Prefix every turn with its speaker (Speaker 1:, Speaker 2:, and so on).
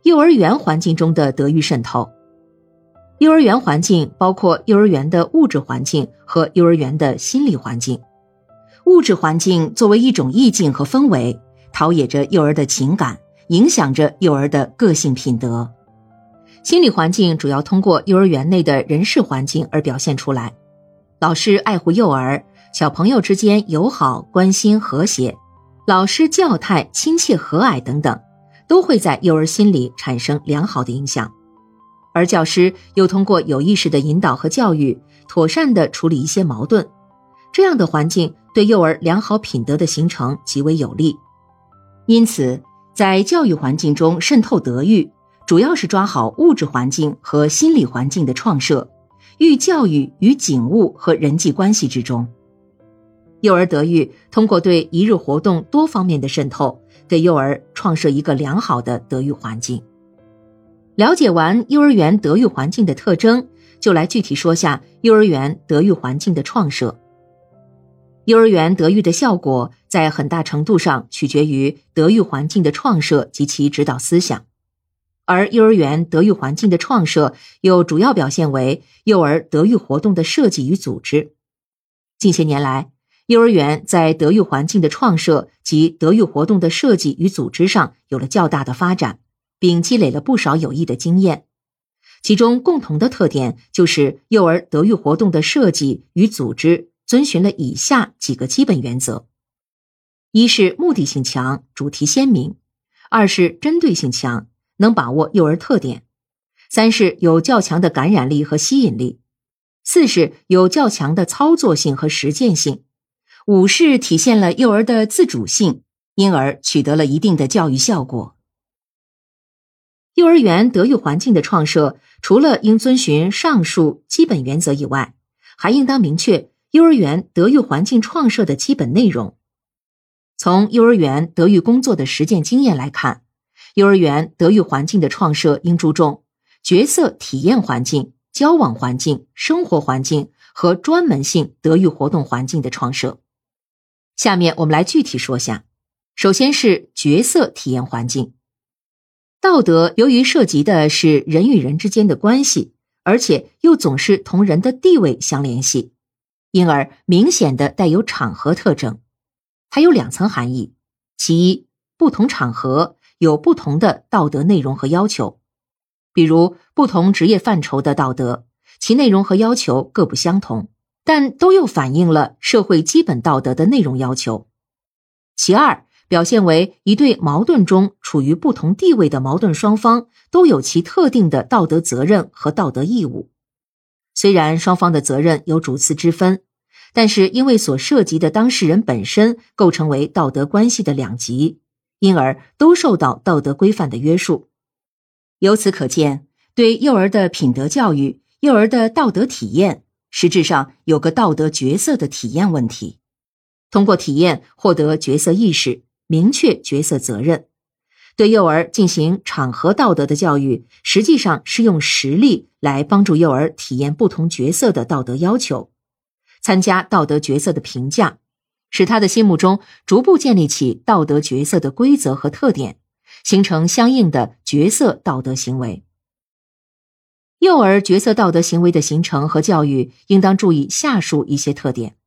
Speaker 1: 幼儿园环境中的德育渗透。幼儿园环境包括幼儿园的物质环境和幼儿园的心理环境。物质环境作为一种意境和氛围，陶冶着幼儿的情感，影响着幼儿的个性品德。心理环境主要通过幼儿园内的人事环境而表现出来。老师爱护幼儿，小朋友之间友好、关心、和谐，老师教态亲切和蔼等等，都会在幼儿心里产生良好的影响。而教师又通过有意识的引导和教育，妥善地处理一些矛盾，这样的环境对幼儿良好品德的形成极为有利。因此，在教育环境中渗透德育，主要是抓好物质环境和心理环境的创设，寓教育于景物和人际关系之中。幼儿德育通过对一日活动多方面的渗透，给幼儿创设一个良好的德育环境。了解完幼儿园德育环境的特征，就来具体说下幼儿园德育环境的创设。幼儿园德育的效果在很大程度上取决于德育环境的创设及其指导思想，而幼儿园德育环境的创设又主要表现为幼儿德育活动的设计与组织。近些年来，幼儿园在德育环境的创设及德育活动的设计与组织上有了较大的发展，并积累了不少有益的经验。其中共同的特点就是幼儿德育活动的设计与组织遵循了以下几个基本原则：一是目的性强，主题鲜明；二是针对性强，能把握幼儿特点；三是有较强的感染力和吸引力；四是有较强的操作性和实践性；五是体现了幼儿的自主性，因而取得了一定的教育效果。幼儿园德育环境的创设，除了应遵循上述基本原则以外，还应当明确幼儿园德育环境创设的基本内容。从幼儿园德育工作的实践经验来看，幼儿园德育环境的创设应注重角色体验环境、交往环境、生活环境和专门性德育活动环境的创设。下面我们来具体说下。首先是角色体验环境。道德由于涉及的是人与人之间的关系，而且又总是同人的地位相联系，因而明显的带有场合特征。它有两层含义：其一，不同场合有不同的道德内容和要求，比如不同职业范畴的道德，其内容和要求各不相同，但都又反映了社会基本道德的内容要求。其二，表现为一对矛盾中处于不同地位的矛盾双方都有其特定的道德责任和道德义务。虽然双方的责任有主次之分，但是因为所涉及的当事人本身构成为道德关系的两极，因而都受到道德规范的约束。由此可见，对幼儿的品德教育、幼儿的道德体验，实质上有个道德角色的体验问题。通过体验获得角色意识，明确角色责任。对幼儿进行场合道德的教育，实际上是用实力来帮助幼儿体验不同角色的道德要求，参加道德角色的评价，使他的心目中逐步建立起道德角色的规则和特点，形成相应的角色道德行为。幼儿角色道德行为的形成和教育应当注意下述一些特点。